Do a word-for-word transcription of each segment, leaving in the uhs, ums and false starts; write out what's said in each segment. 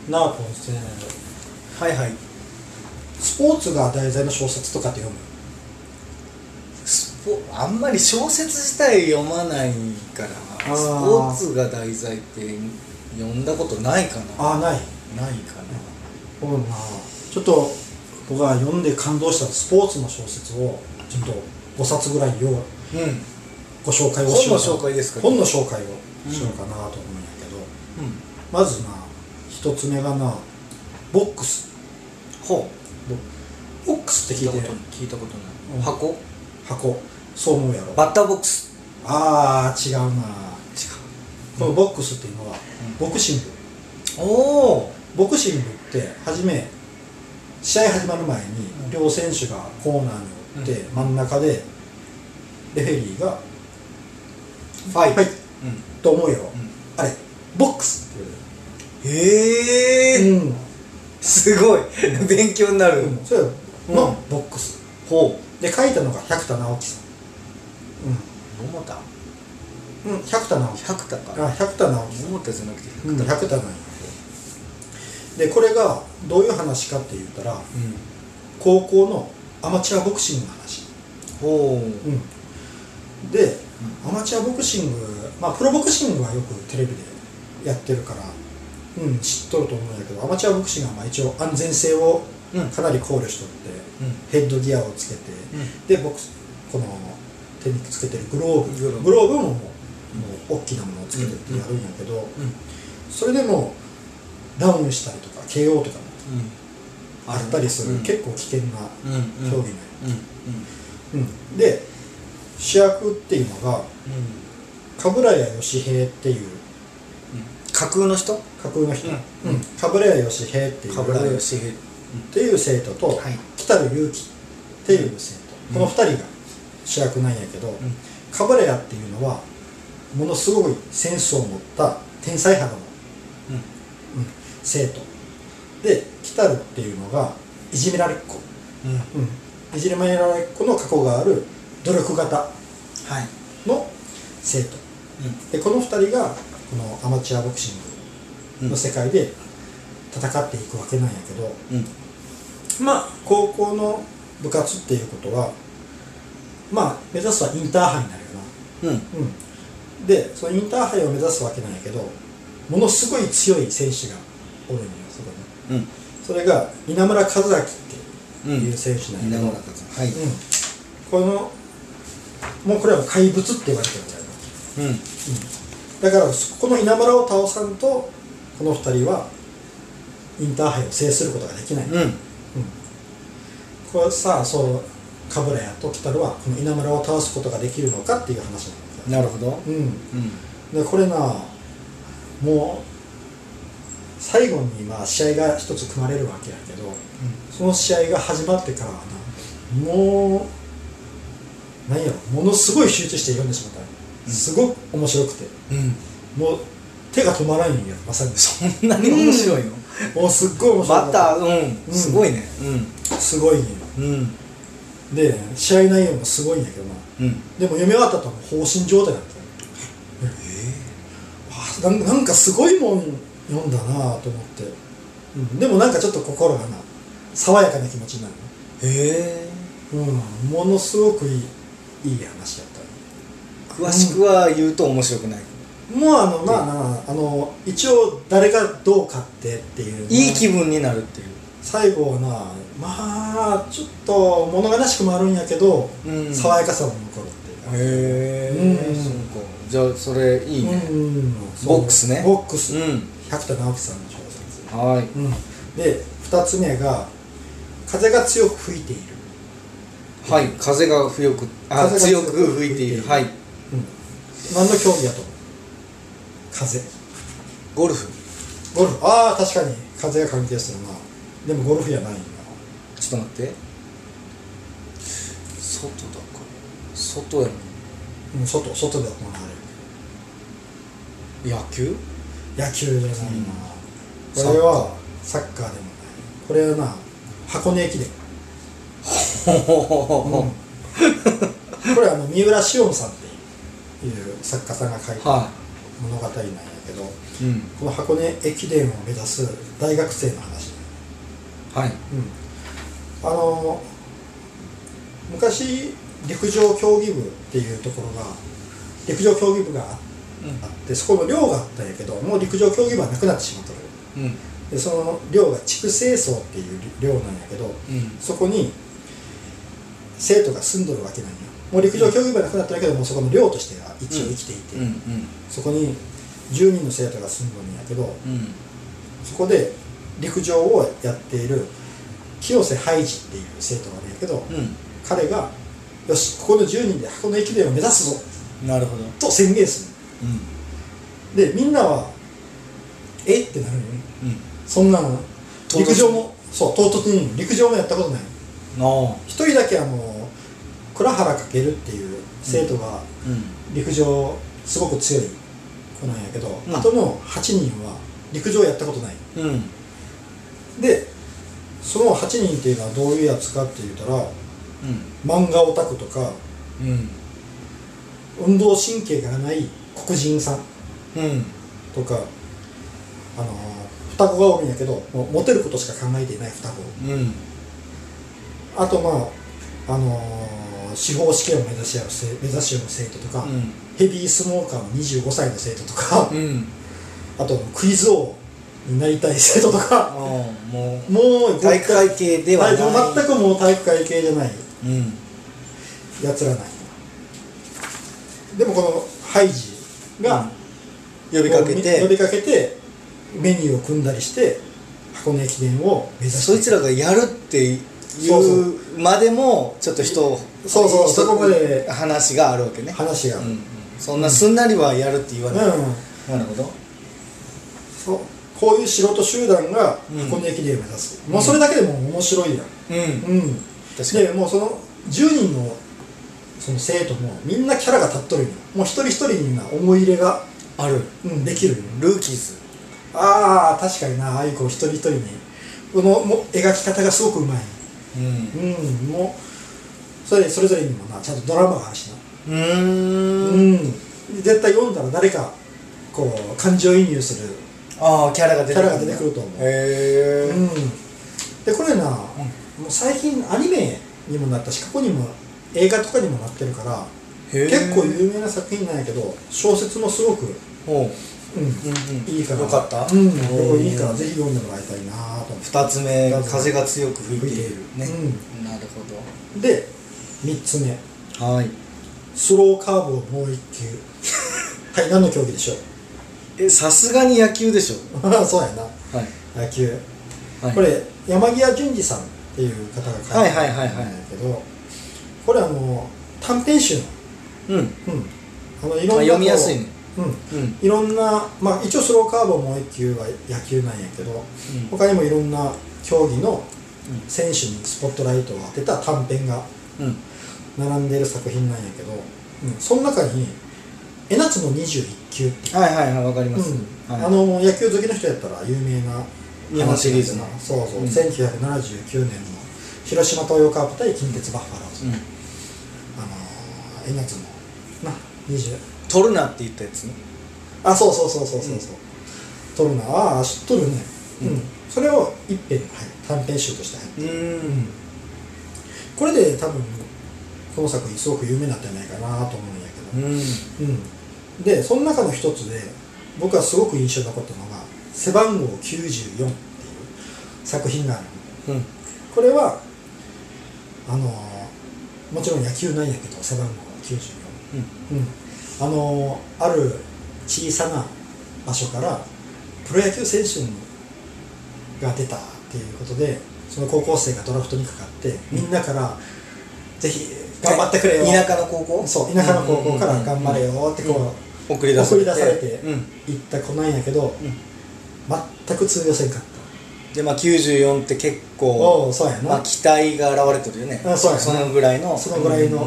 なあこうですね。 はいはい。 スポーツが題材の小説とかって読む？ スポあんまり小説自体読まないからスポーツが題材って読んだことないかな。 ああ、ない。 ないかな。 そうな。ちょっと僕が読んで感動したスポーツの小説をちょっとごさつぐらいをうん。 ご紹介をしようかな。 本の紹介ですか？ 本の紹介をしようかなと思うんやけど、 うん。 まずな一つ目がなボックス。 ほう。 ボックスって聞いて聞いたことない。 うん、 箱？ 箱。そう思うやろ。 バッターボックス。 ああ、違うな。違う。このボックスっていうのは、 うん、 ボクシング。 おお。 ボクシングって初め試合始まる前に両選手がコーナーにおって、うん、真ん中でレフェリーがファイト、はい、うん、と思うよ、うん、あれボックスっていう。 へえ、うん、すごい勉強になる、 うん、それのボックス、 ほうで書いたのが百田直樹さん。 うん、桃田、 うん、百田直樹、 百田か、 あ、百田直樹、 桃田じゃなくて百田、うん、百田なんや。でこれがどういう話かって言ったら、うん、高校のアマチュアボクシングの話。 ほう、うん、 で、うん、アマチュアボクシング、まあプロボクシングはよくテレビでやってるから、うん、知っとると思うんだけど、アマチュアボクシングはまあ一応安全性をかなり考慮しとって、うん、ヘッドギアをつけて、うん、でボクスこの手につけてるグローブ、グローブももう、もう大きなものをつけてってやるんやけど、うん、それでもダウンしたりとか ケーオー とかもあったりする、うん、結構危険な競技なんや。で主役っていうのが、うん、鏑谷義平っていう、うん、 架空の人架空の人、うんうん、鏑谷義平っていう鏑谷義平っていう生徒と、はい、北野裕樹っていう生徒、うん、このふたりが主役なんやけど、鏑谷っていうのはものすごいセンスを持った天才肌の、うんうん、生徒で、北野っていうのがいじめられっ子、うんうん、いじめられっ子の過去がある努力型の生徒、はい、でこのふたりがこのアマチュアボクシングの世界で戦っていくわけなんやけど、うん、まあ高校の部活っていうことはまあ目指すはインターハイになるよな、うんうん、でそのインターハイを目指すわけなんやけど、ものすごい強い選手がおるんよそこに、うん、それが稲村和明っていう選手なんやけど、うん、稲村和明、はい、うん、このもうこれはもう怪物って言われてるぐらいの、うんうん、だからこの稲村を倒さんとこのふたりはインターハイを制することができない、うんうん、これさあそう鏑谷と来たるはこの稲村を倒すことができるのかっていう話なんですよ。なるほど、うんうん、でこれなもう最後にまあ試合が一つ組まれるわけやけど、うん、その試合が始まってからはなもう何やろものすごい集中して読んでしまった、うん、すごく面白くて、うん、もう手が止まらんんやまさに。 そんなに面白いの、 うん、もうすっごい面白いバッター、うん、すごいね、うん、 すごいね、うんで試合内容もすごいんやけどな、うん、でも読み終わった後は放心状態なんだよ、えー、な, なんかすごいもん読んだなと思って、うん、でもなんかちょっと心がな爽やかな気持ちになるの。へえ、うん、ものすごくいいいい話だった、 ね、詳しくは言うと面白くない、 うん、もうあのまあなあの一応誰がどう勝ってっていういい気分になるっていう最後はなまあちょっと物悲しくもあるんやけど、うん、爽やかさも残るっていう。へえ、うん、そうか。じゃあそれいいね、うん、ボックスね、 ボックス、うん、百田直樹さんの小説、 はい、 うん、でふたつめが風が強く吹いている。 はい、風が強くあ風が強く吹いている、はい、うん、 何の競技やと思う？風。 ゴルフ。 ゴルフ、ああ確かに風が関係するな。でもゴルフやないんだ。 ちょっと待って、外だから外やね、 うん、外外で行われる。野球？野球じゃないな、うん、これはサッカーでもない。これはな箱根駅伝、うん、これはあの三浦紫音さんっていう作家さんが書いた、はい、 物語なんやけど、 うん、 この箱根駅伝を目指す大学生の話。 はい、 うん、あの昔陸上競技部っていうところが陸上競技部があって、うん、そこの寮があったんやけど、もう陸上競技部はなくなってしまったの、うん、でその寮が筑西荘っていう寮なんやけど、うん、そこに生徒が住んどるわけなんや。もう陸上競技部はなくなったんやけど、もうそこの寮としては一応生きていて、うんうんうん、そこにじゅうにんの生徒が住んどるんやけど、うん、そこで陸上をやっている清瀬ハイジっていう生徒がいるんやけど、うん、彼がよしここのじゅうにんで箱根駅伝を目指すぞ、 なるほどと宣言する、うん、でみんなはえってなるよね、うん、そんなの陸上もそう唐突に陸上もやったことない。一人だけあの倉原翔っていう生徒が陸上すごく強い子なんやけど、うん、あとのはちにんは陸上やったことない、うん、でそのはちにんっていうのはどういうやつかって言ったら、うん、漫画オタクとか、うん、運動神経がない黒人さん、うん、とか、あのー、双子が多いんやけどもうモテることしか考えていない双子、うん、あとまああのー、司法試験を目指し合う目指し合う生徒とか、うん、ヘビースモーカーのにじゅうごさいの生徒とか、うん、あとクイズ王になりたい生徒とか、もうもう体育会系ではない、 全くもう体育会系じゃない、うん、やつらない。でもこのハイジが、 うん、呼びかけて呼びかけてメニューを組んだりして箱根駅伝を目指して、 そいつらがやるっていうまでもちょっと人をそうそうそこまで話があるわけね。 話がある、うん、 そんなすんなりはやるって言わない、うん、なるほど。 そうこういう素人集団が箱根駅伝を目指す、うん、もうそれだけでも面白いやん、うんうん、確かに。でもうそのじゅうにんのその生徒もみんなキャラが立っとるんよ。もう一人一人にな思い入れがある、 うん、できる。 ルーキーズ、 ああ確かにな、ああいう子一人一人にこのも描き方がすごくうまい、うんうん、もうそれそれぞれにもなちゃんとドラマがあるしな、うーん、うん、絶対読んだら誰かこう感情移入するあキャラが出てくる、 キャラが出てくると思う。へー、うん、でこれな、うん、もう最近アニメにもなったし過去にも映画とかにもなってるから結構有名な作品なんやけど、小説もすごく、うんうんうん、いいからよかった、 うん、いいからぜひ読んでもらいたいなと思って。 ふたつめ風が強く吹いているね、うん、なるほど。 でみっつめ、 はい、 スローカーブをもう一球はい、何の競技でしょう。 えさすがに野球でしょそうやな、はい、野球、はい、これ山際淳二さんっていう方が書いてあるんだけど、これあの短編集の、うんうん、あのいろんな読みやすいね、 うんうん、いろんな、まあ、一応スローカーブもう一球は野球なんやけど、うん、他にもいろんな競技の選手にスポットライトを当てた短編が並んでいる作品なんやけど、うん、その中に江夏のにじゅういっきゅうっていう、 はいはいはい、わかります、 うん、はい、あの野球好きの人やったら有名な日本シリーズのそうそう、うん、せんきゅうひゃくななじゅうきゅうねんの広島東洋カープ対近鉄バッファローズ、うん、あの江夏のなにじゅう取るなって言ったやつね。 あ、そうそうそうそうそうそう、うん、取るな、ああ知っとるね、うん、うん、それを一編、はい、短編集として入ってる、うん、これで多分この作品すごく有名になったんじゃないかなと思うんやけど、うんうん、でその中の一つで僕はすごく印象に残ったのが背番号きゅうじゅうよんっていう作品がある、うん、これはあのもちろん野球なんやけど背番号きゅうじゅうよん、うんうん、あのある小さな場所からプロ野球選手が出たっていうことで、その高校生がドラフトにかかってみんなからぜひ頑張ってくれよ、 田舎の高校、 そう田舎の高校から頑張れよってこう、うん、送り出されて行った子なんやけど、うん、全く通用せんかった。 でまあきゅうじゅうよんって結構そうやな、 まあ、期待が現れてるよね。 あそうやな、 そのぐらいのそのぐらいの、うん、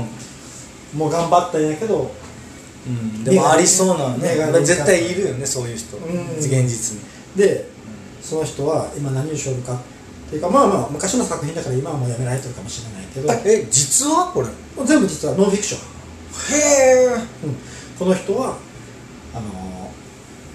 もう頑張ったんやけど、 うん、でもありそうなね、絶対いるよねそういう人、うん、現実に。 で、うん、その人は今何を勝負かっていうか、まあまあ昔の作品だから今はもうやめられてるかもしれないけど、 え実はこれ全部実はノンフィクション。へえ、うん、この人はあの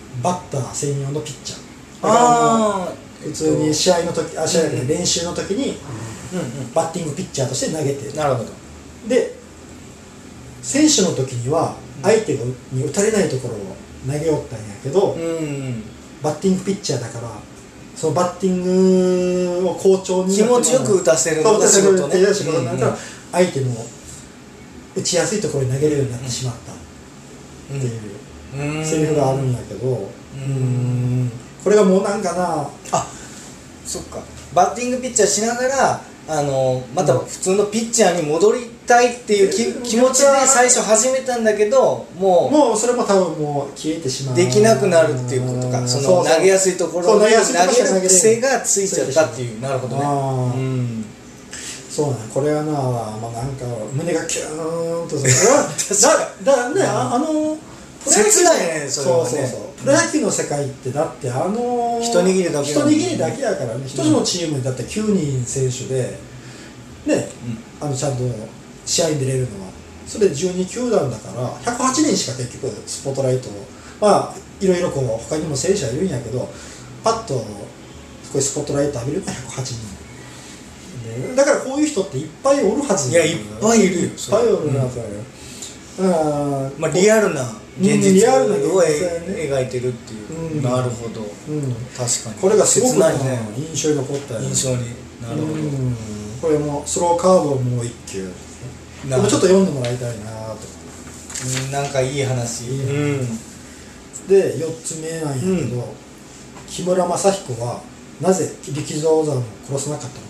バッター専用のピッチャー。 ああ普通に試合の時、あ、試合でうん練習の時にうんうんバッティングピッチャーとして投げて、 なるほど。 で選手の時には相手に打たれないところを投げよったんやけど、 うんうんバッティングピッチャーだからそのバッティングを好調に気持ちよく打たせるのが仕事ね。 仕事になるから相手の打ちやすいところに投げるようになってしまったっていうセリフがあるんだけど、うーんこれがもうなんかなあ、そっか。バッティングピッチャーしながらあのまた普通のピッチャーに戻りたいっていうき、うん、気持ちで最初始めたんだけど、もうもうそれも多分もう消えてしまう、 できなくなるっていうことか。その投げやすいところに投げる癖がついちゃったっていう。なるほどね。 あ、うん、そうなんこれはな、まあ、なんか胸がキューンとするだだね、あの切ないね、それはね。 そうそうそう。プロ野球の世界ってだってあの一握りだけ一握りだけやからね。一つのチームにだってきゅうにん選手でね、うん、あのちゃんと試合に出れるのはそれじゅうに球団だからひゃくはちにんしか結局スポットライトをまあいろいろこう他にも選手はいるんやけどパッとこういうスポットライト浴びるのがひゃくはちにんだからこういう人っていっぱいおるはず。 いやいっぱいいるよ。いっぱいおるなそれ。 あまあリアルな現実を描いてるっていう、うん、なるほど、うん、確かにこれがすごく、 ね、 印象に残ったよね。 印象になるほど、うん、 これもスローカーブをもう一球でもちょっと読んでもらいたいなと、 うん、なんかいい話、いい話、うん、 でよっつめなんやけど、うん、木村正彦はなぜ力道山を殺さなかったのか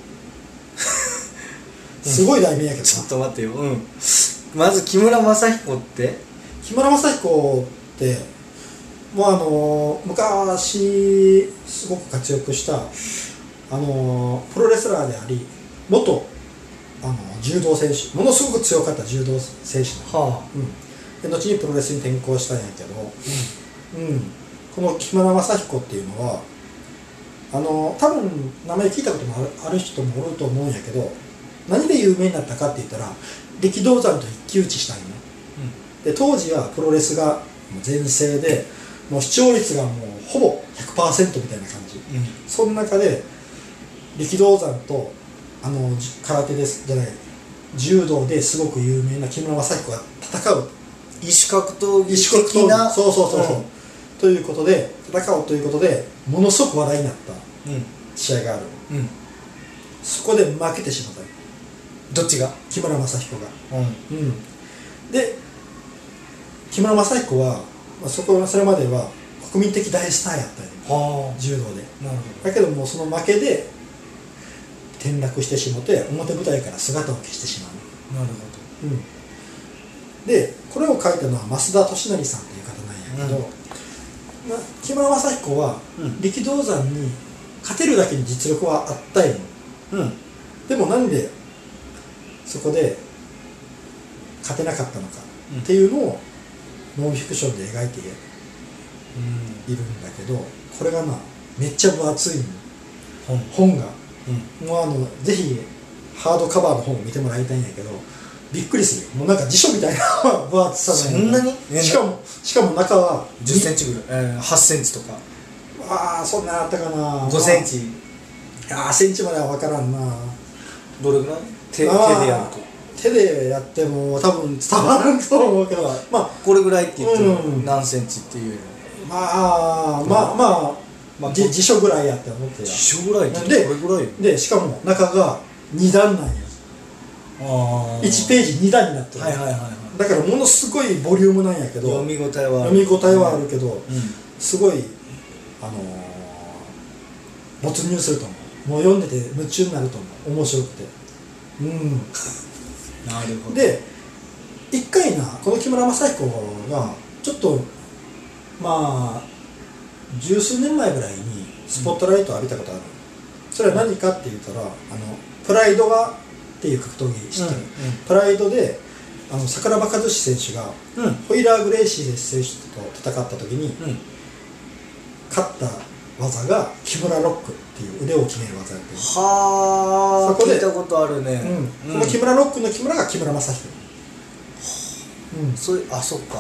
すごい題名やけど、 ちょっと待ってよ、うん、まず木村正彦って木村正彦ってもうあの昔すごく活躍したあのプロレスラーであり元あの柔道選手ものすごく強かった柔道選手なの、はあうん、で後にプロレスに転向したんやけど、うんうん、この木村正彦っていうのはあの多分名前聞いたこともある、ある人もおると思うんやけど何で有名になったかって言ったら力道山と一騎打ちしたんよね、うん、で当時はプロレスが全盛でもう視聴率がもうほぼ ひゃくパーセント みたいな感じ、うん、その中で力道山とあの空手ですじゃない柔道ですごく有名な木村正彦が戦う異種格闘技的なそうそうそうそう、うん、ということで戦おうということでものすごく話題になった試合がある、うんうん、そこで負けてしまった。 どっちが？ 木村正彦が、うんうん、で木村正彦は、まあ、そこそれまでは国民的大スターやったよ、柔道で。なるほど。だけどもその負けで転落してしまって表舞台から姿を消してしまう。 なるほど、うん、 でこれを書いたのは増田俊成さんという方なんやけど、うんまあ、木村正彦は、うん、力道山に勝てるだけに実力はあったよ、うん、でもなんでそこで勝てなかったのかっていうのをノンフィクションで描いているんだけど、これがなめっちゃ分厚い本, 本が、うん、もうあのぜひハードカバーの本を見てもらいたいんやけどびっくりする。もうなんか辞書みたいな分厚さそんなにしかもしかも中はじゅっセンチぐらい、えー、はちセンチとかああそんなあったかなごセンチ、 ああセンチまでは分からんな。 どれぐらい 手, 手でやると手でやっても多分伝わらんと思うけどまあこれぐらいって言っても何センチっていうまあまあまあ、まあ、辞書ぐらいやって思ってた。 辞書ぐらいってこれぐらいでしかも中がに段なんや。あいちページに段になってる、はいはいはいはい、だからものすごいボリュームなんやけど読み応えはある読み応えはあるけど、うん、すごいあのー、没入すると思う。もう読んでて夢中になると思う。面白くてうんなるほど。 で一回なこの木村正彦がちょっとまあ十数年前ぐらいにスポットライトを浴びたことある、うん、それは何かって言ったらあのプライドがっていう格闘技知ってる、うんうん、プライドであの桜庭和志選手が、うん、ホイラー・グレイシー選手と戦った時に、うん、勝った技が木村ロックっていう腕を決める技やってる。 はあ、聞いたことあるね、 うん、この木村ロックの木村が木村正彦、 うん、それあそっか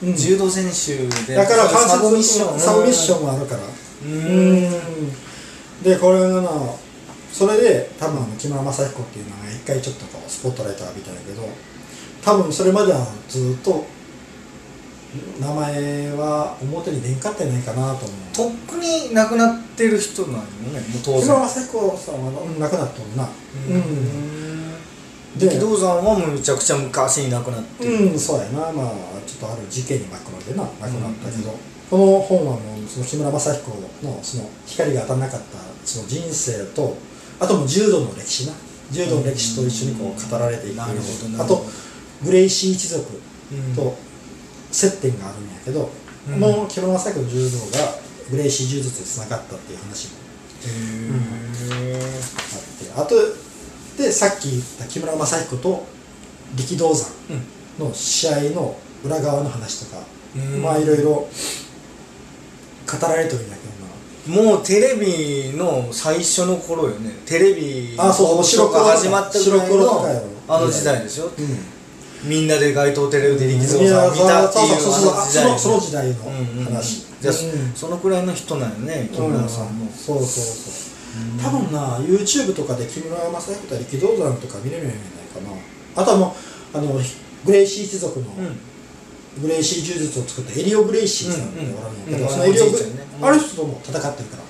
うん、 柔道選手でだから関節サブミッションサブミッションもあるから、 うーんでこれがなそれで多分あの木村正彦っていうのが一回ちょっとこうスポットライト浴びたんだけど、多分それまではずっと名前は表に出んかってないかなと思う。 とっくに亡くなってる人なんよね、もう当然。 木村正彦さんは亡くなったもんな。うん、 で力道山はもうめちゃくちゃ昔に亡くなってる。 うん、そうやな。まあちょっとある事件に巻き込まれてな亡くなったけど、うん、この本はもうその木村正彦のその光が当たらなかったその人生と、あとも柔道の歴史な柔道の歴史と一緒にこう語られていく、うん、あとグレイシー一族と接点があるんやけど、うん、もう木村正彦の柔道がグレイシー柔術につながったっていう話も、うん、あって、あとでさっき言った木村正彦と力道山の試合の裏側の話とか、うん、まあいろいろ語られてるんだけどな。 もうテレビの最初の頃よね。テレビ放送が始まったぐらいのあの時代でしょ、うん、みんなで街頭テレビで力道山を見たっていうあのその時代の話、 じゃあそのくらいの人なんよね、木村さんも、 うん、そうそうそう。多分な YouTube とかで木村正彦と力道山とか見れるんじゃないかな。あとはもうあのグレイシー一族の、うんグレイシー柔術を作ったエリオ・グレイシーさんっておられるんやけど、そのエリオグ、ある人とも戦ってるから。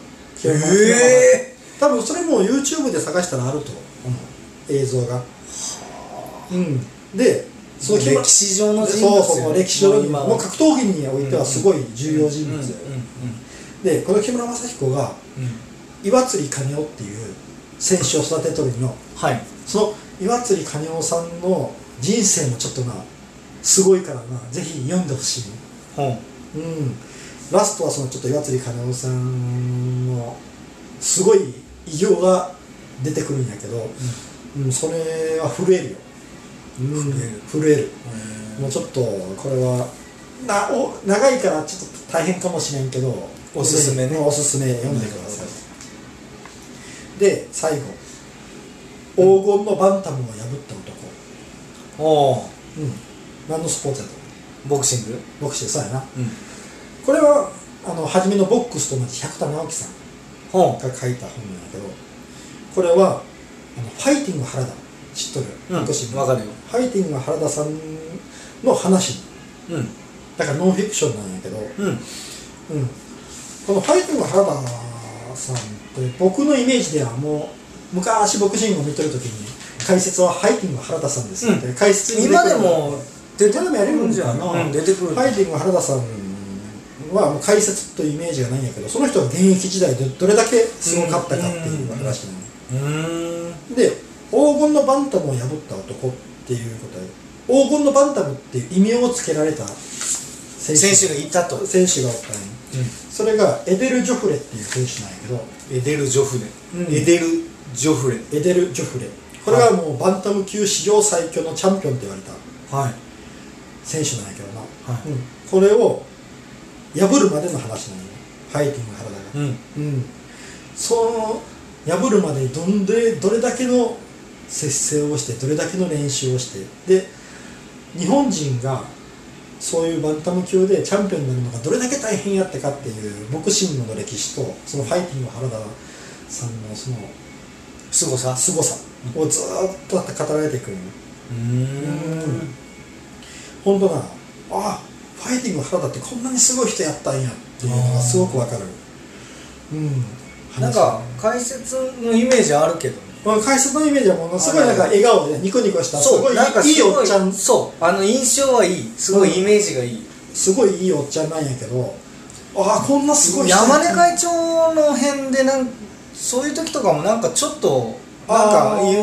へー、多分それも YouTube で探したらあると思う、映像が。うん、でその歴史上の人物、そうそう歴史上のもう格闘技においてはすごい重要人物だよ。でこの木村正彦が、うん、岩釣兼夫っていう選手を育てとるの、はい、その岩釣兼夫さんの人生もちょっとなすごいからな、ぜひ読んでほしい、うん、ラストはそのちょっと岩釣兼夫さんのすごい偉業が出てくるんやけど、うんうん、それは震えるよ、うん、震える、もうちょっとこれはなお長いからちょっと大変かもしれんけどおすすめね、 おすすめ読んでください、うん、で最後黄金のバンタムを破った男、おお、うん何のスポーツやとボクシングボクシング、そうやな、うん、これはあの初めのボックスと同じ百田直樹さんが書いた本なんやけど、これはあのファイティング原田知っとる、 うん、ボクシング分かるよ。 ファイティング原田さんの話、うん、だからノンフィクションなんやけど、うんうん、このファイティング原田さんって僕のイメージではもう昔ボクシングを見とるときに解説はファイティング原田さんですって、うん、解説に今でも出てもやれるんじゃな、 うん、出てくる。 ファイティング原田さんはもう解説というイメージがないんやけど、その人が現役時代でどれだけすごかったかっていう話なので、黄金のバンタムを破った男っていうことで、黄金のバンタムっていう異名をつけられた選手, 選手がいたと選手がおったんや、うん、それがエデル・ジョフレっていう選手なんやけど、 エデル・ジョフレ、うん、エデル・ジョフレエデル・ジョフレこれはもうバンタム級史上最強のチャンピオンって言われた、はい、選手なんやけどな、はいうん、これを破るまでの話なのよ、ファイティング原田が、うんうん、その破るまでどんでどれだけの節制をしてどれだけの練習をしてで日本人がそういうバンタム級でチャンピオンになるのがどれだけ大変やったかっていうボクシングの歴史とそのファイティング原田さんのそのすごさすごさをずっと語られてくる。うーん本当なああファイティング原田ってこんなにすごい人やったんやっていうのがすごくわかる。 うんなんか解説のイメージあるけどね。 解説のイメージはものすごいなんか笑顔でニコニコしたすごいいいおっちゃん、 そうあの印象はいい、すごいイメージがいい、うん、 すごいいいおっちゃんなんやけど、ああこんなすごい人山根会長の辺でなんそういう時とかもなんかちょっとなんかいう、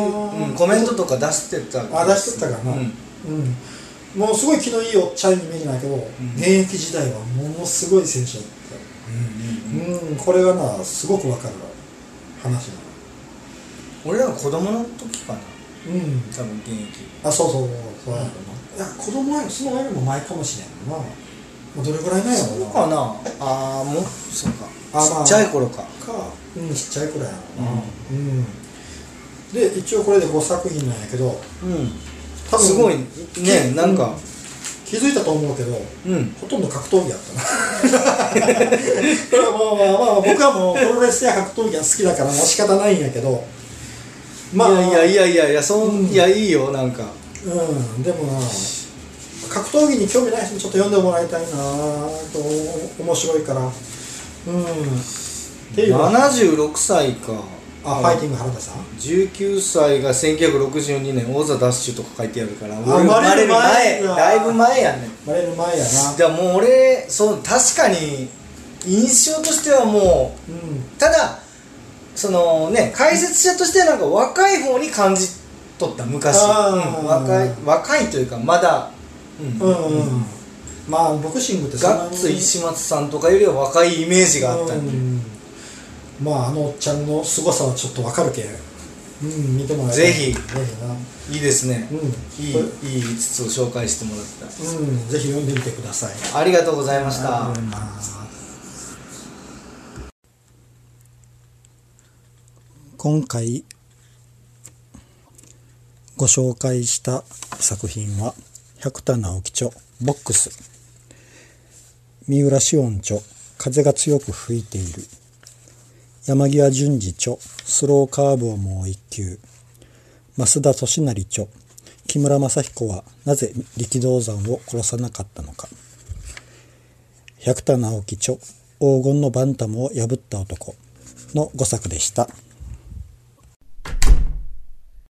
うん、コメントとか出してたあ出してたかな、うんうん、もうすごい気のいいおっちゃんに見えないけど、うん、現役時代はものすごい選手だった、うんうんうんうん、これがなすごくわかる話なの。 俺らが子供の時かな、うん、多分現役あそうそうそうそうやろな、いや子供はそのよりも前かもしれんな、もうどれぐらいなんやろな、 そうかなああもうそうかあ、まあ、ちっちゃい頃かかうんちっちゃい頃やろな、うん、うん、で一応これでごさく品なんやけど、うん、 多分すごいねなんか、うん、 気づいたと思うけど、 うん、 ほとんど格闘技やったなこれはもう、まあまあ、僕はもうプロレスや格闘技が好きだからもう仕方ないんやけど、 まあ、いやいやいやいやそん、うん、いやいいよなんか、 うん、でもな格闘技に興味ない人にちょっと読んでもらいたいなと、面白いから、うん、っていうななじゅうろくさいか。 あ、ファイティング原田さんじゅうきゅうさいがせんきゅうひゃくろくじゅうにねん王座ダッシュとか書いてあるから、 生まれる前だいぶ前やねん。 生まれる前やな。 じゃあもう俺そう確かに印象としてはもう、うん、ただそのね解説者としてはなんか若い方に感じ取った昔、うん、若い若いというかまだ、うんうんうん、 まあボクシングってそんなにガッツ石松さんとかよりは若いイメージがあったんで、うん、 まああのおっちゃんの凄さはちょっと分かるけん、うん、見てもらいたい。 ぜひ、ぜひいいですね、うん、いいいいいつつを紹介してもらった、 うん、ぜひ読んでみてください。 ありがとうございました。 今回ご紹介した作品は百田直樹著ボックス、三浦紫音著風が強く吹いている、山際淳二著スローカーブをもう一球、増田俊成著木村正彦はなぜ力道山を殺さなかったのか、百田直樹著黄金のバンタムを破った男のごさくでした。